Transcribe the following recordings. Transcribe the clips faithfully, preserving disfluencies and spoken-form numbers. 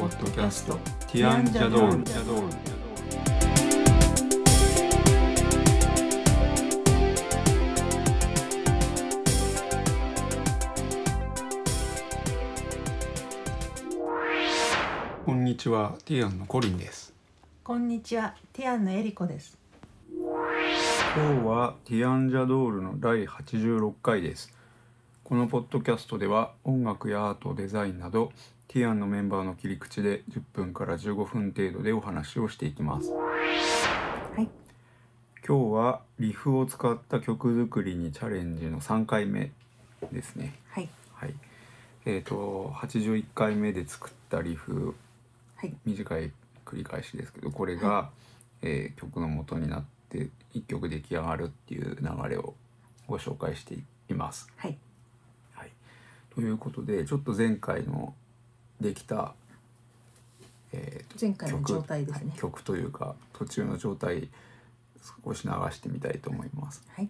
ポッドキャストティアンジャドール。こんにちは、ティアンのコリンです。 こんにちは、ティアンのエリコです。 今日はティアンジャドールのだいはちじゅうろっかいです。このポッドキャストでは音楽やアート、デザインなどティアンのメンバーの切り口でじゅっぷんからじゅうごふん程度でお話をしていきます。 はい、 今日はリフを使った曲作りにチャレンジのさんかいめですね。 はい、 はい、えーとはちじゅういっかいめで作ったリフ、 はい、 短い繰り返しですけど、これが、はい、えー、曲の元になっていっきょく出来上がるっていう流れをご紹介しています。 はいはい、ということで、ちょっと前回のできた、 えー、前回の状態ですね、 曲、はい、曲というか途中の状態少し流してみたいと思います。 はい。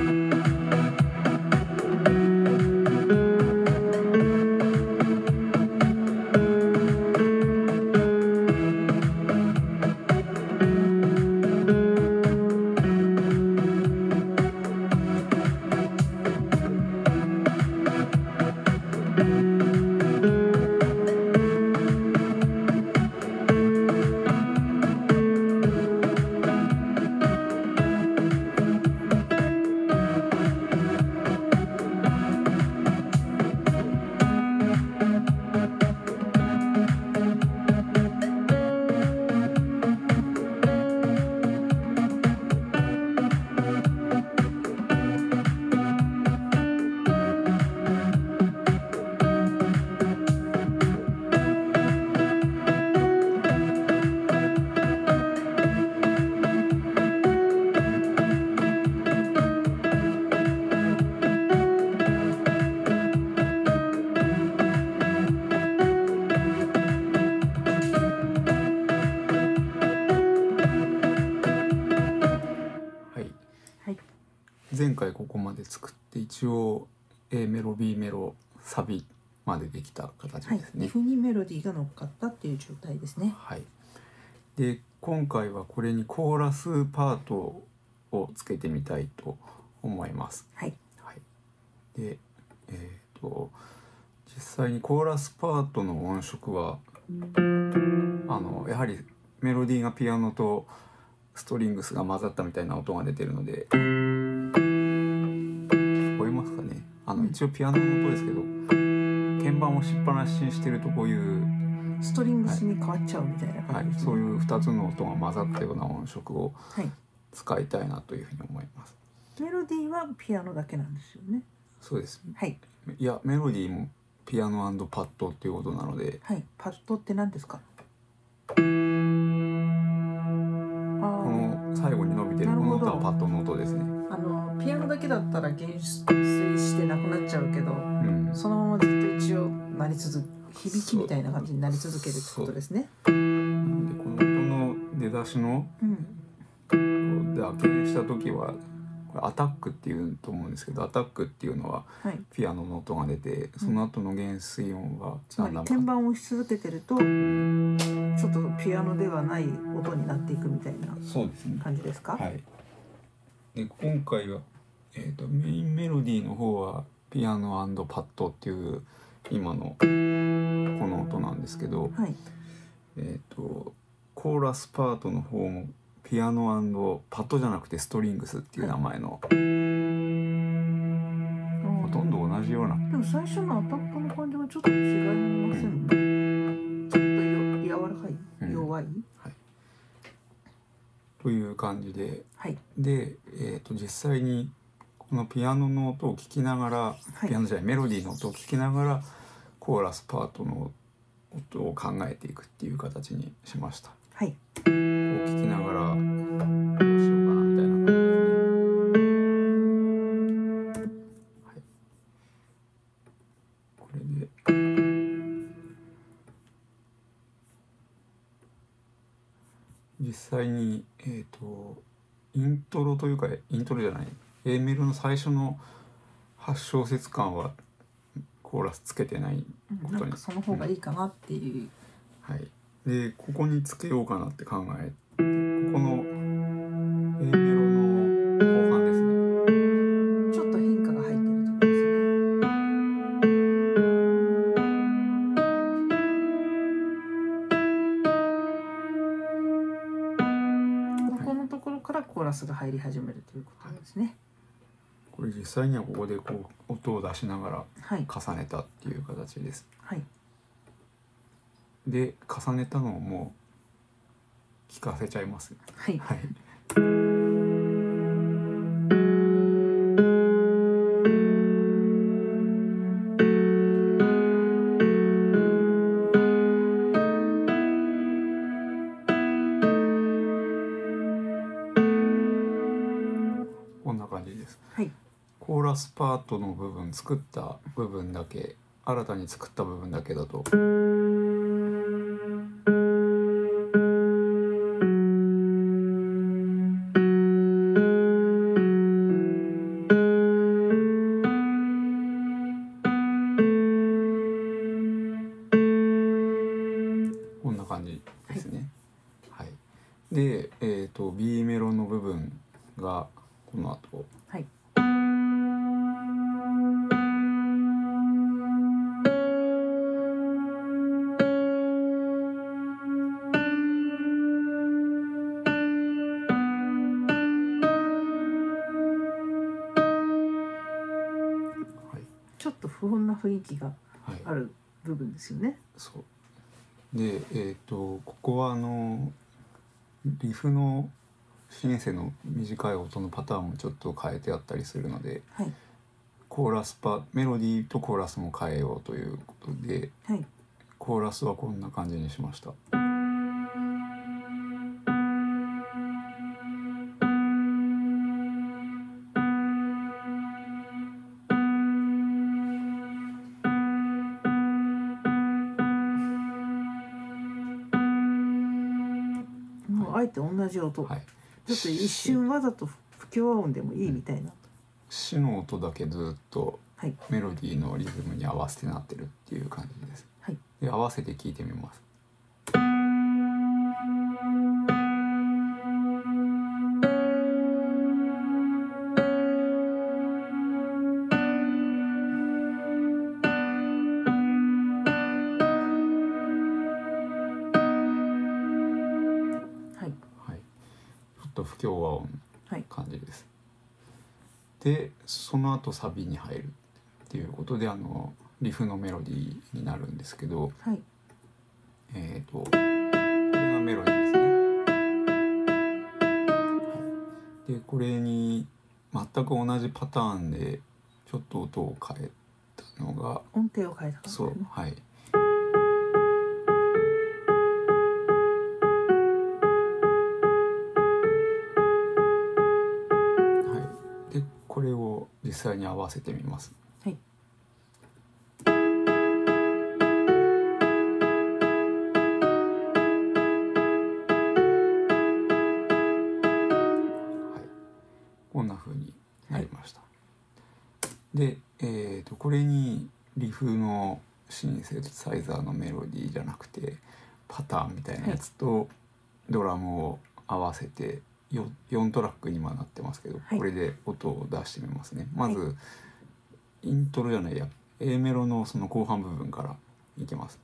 前回ここまで作って一応 A メロ B メロサビまでできた形ですね。はい、 リフにメロディーが乗っかったっていう状態ですね。 はい。で今回はこれにコーラスパートをつけてみたいと思います。 はい。 はい、でえっと実際にコーラスパートの音色はあのやはりメロディーがピアノとストリングスが混ざったみたいな音が出てるので。あの一応ピアノの音ですけど、鍵盤を押しっぱなしにしてるとこういうストリングスに変わっちゃうみたいな感じですね。 はいはい、そういうふたつの音が混ざったような音色を使いたいなというふうに思います。 はい、メロディーはピアノだけなんですよね。 そうです。 はい。 いやメロディーもピアノ&パッドっていうことなので。 はい。パッドって何ですか？ この最後に伸びてるこの音はパッドの音ですね。 あのピアノだけだったら減衰してなくなっちゃうけど、うん、そのままずっと一応鳴り続け響きみたいな感じになり続けるってことですね。 でこの音の出だしの、うん、こうで開けにした時はこれアタックっていうと思うんですけど、アタックっていうのはピアノの音が出て、はい、その後の減衰音はつまり鍵盤を押し続けてると、うん、ちょっとピアノではない音になっていくみたいな感じですか？ はい。で今回は、えーと、メインメロディーの方はピアノ&パッドっていう今のこの音なんですけど、 はい、 えーと、コーラスパートの方もピアノ&パッドじゃなくてストリングスっていう名前の、はい、ほとんど同じような。 でも最初のアタックの感じはちょっと違いませんね、うん、ちょっと柔らかい、うん、弱い、 はい、という感じで、 はい、 で、えーと、実際にこのピアノの音を聴きながら、はい、ピアノじゃないメロディーの音を聴きながらコーラスパートの音を考えていくっていう形にしました。 はい。 こう聴きながらどうしようかなみたいな感じですね。はい。これで。実際に、えーと、イントロというかイントロじゃない A メロの最初のはち小節間はコーラスつけてないことに、 うん、なんかその方がいいかなっていうはい、でここにつけようかなって考えて、ここの A メロの後半ですね。 ちょっと変化が入ってるところですね。このところからコーラスが入り始めるということですね。 これ実際にはここでこう音を出しながら重ねたっていう形です。 はい。 で重ねたのをもう聞かせちゃいます。 はい。 はい。こんな感じです。 はい。 コーラスパートの部分、作った部分だけ、新たに作った部分だけだとこんな感じですね。はい。はい、で、えっと B メロの部分がこの後。 はい。ちょっと不穏な雰囲気がある部分ですよね。はい、 そうで、えーと、ここはあのリフのシンセの短い音のパターンもちょっと変えてあったりするので、 はい、 コーラスパメロディーとコーラスも変えようということで、 はい、 コーラスはこんな感じにしました。 あえて同じ音、はい、ちょっと一瞬わざと不協和音でもいいみたいな、 シの音だけずっとメロディーのリズムに合わせてなってるっていう感じです。はい、で合わせて聴いてみます。不協和音感じです。はい、でその後サビに入るっていうことであのリフのメロディーになるんですけど、はい、えっとこれがメロディーですね。はい、でこれに全く同じパターンでちょっと音を変えたのが音程を変えた、ね、 そうはい。これを実際に合わせてみます。はい。はい、こんな風になりました。はい、で、えーと、これにリフのシンセサイザーのメロディーじゃなくてパターンみたいなやつとドラムを合わせてよんトラックに今なってますけど、はい、これで音を出してみますね。まず、はい、イントロじゃないや A メロのその後半部分からいきます。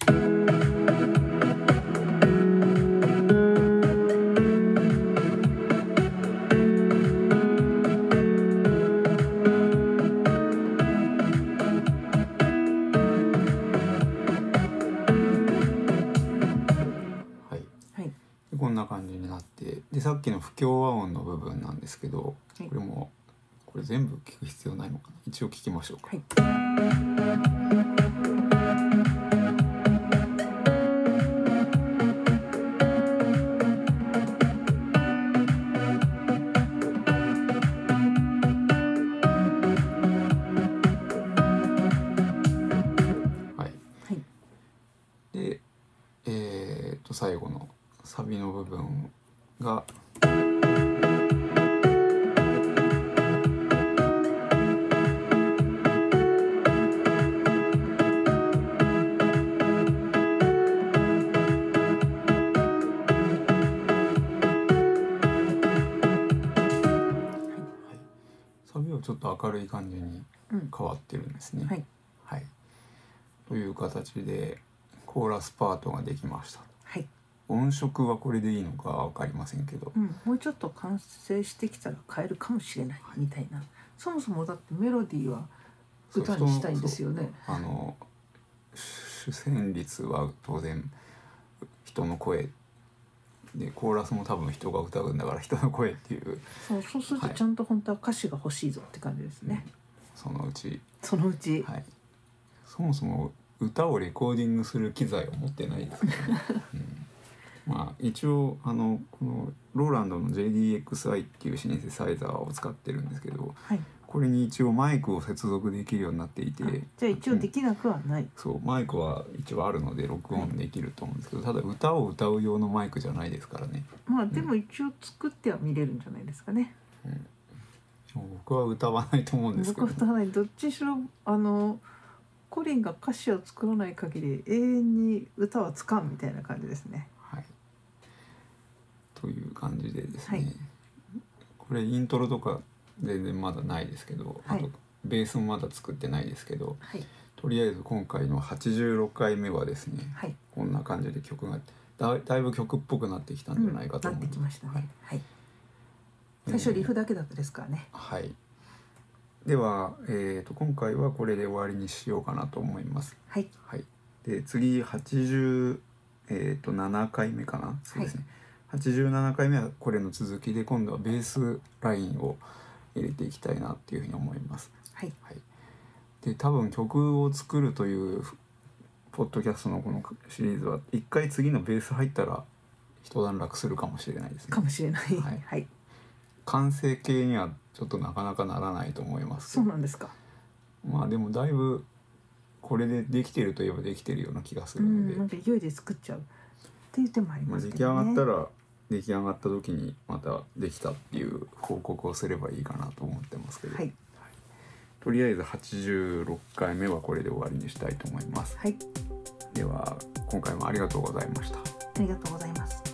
こんな感じになって、でさっきの不協和音の部分なんですけど、はい、これもこれ全部聞く必要ないのかな。一応聞きましょうか。はい、はい、はい、でえー、っと最後のサビの部分がはい、 ちょっと明るい感じに変わってるんですね、 うんはいはい、という形でコーラスパートができました。 はい、 音色はこれでいいのか分かりませんけど、 うん、もうちょっと完成してきたら変えるかもしれないみたいな、はい、そもそもだってメロディーは歌にしたいんですよね。 あの主旋律は当然人の声で、コーラスも多分人が歌うんだから人の声っていう、 そうそうするとちゃんと本当は歌詞が欲しいぞって感じですね、はい、 そのうちそのうち、 はい、そもそも歌をレコーディングする機材を持ってないですけど、ねうん、まあ一応あのこのローランドの ジェイディーエックスアイ っていうシンセサイザーを使ってるんですけど、はい、これに一応マイクを接続できるようになっていて、 じゃあ一応できなくはない、うん、 そうマイクは一応あるので録音できると思うんですけど、はい、ただ歌を歌う用のマイクじゃないですからね。 まあでも一応作っては見れるんじゃないですかね、 うん、僕は歌わないと思うんですけど、 僕は歌わない。どっちにしろあのコリンが歌詞を作らない限り永遠に歌はつかんみたいな感じですね。 はい、という感じでですね、 はい、 これイントロとか全然まだないですけど、はい、あとベースもまだ作ってないですけど、はい、とりあえず今回のはちじゅうろっかいめはですね、はい、こんな感じで曲が だ, だいぶ曲っぽくなってきたんじゃないかと思います、うん、 なってきましたね、はいはい、最初リフだけだったですからね、 えー、はい。では、えー、と今回はこれで終わりにしようかなと思います。 はい。 はい、で次はちじゅうななかいめかな。そうですね。はい、はちじゅうななかいめはこれの続きで今度はベースラインを入れていきたいなっていうふうに思います。 はい。 はい、で多分曲を作るというポッドキャストのこのシリーズは一回次のベース入ったら一段落するかもしれないですね。 かもしれない。 はい。 はい、 完成形にはちょっとなかなかならないと思います。 そうなんですか。 まあでもだいぶこれでできてるといえばできてるような気がするので、 うん、なんか勢いで作っちゃうっていう手もありますけどね。 まあ、出来上がったら出来上がった時にまたできたっていう報告をすればいいかなと思ってますけど、はいはい、とりあえずはちじゅうろっかいめはこれで終わりにしたいと思います。 はい、 では今回もありがとうございました。 ありがとうございます。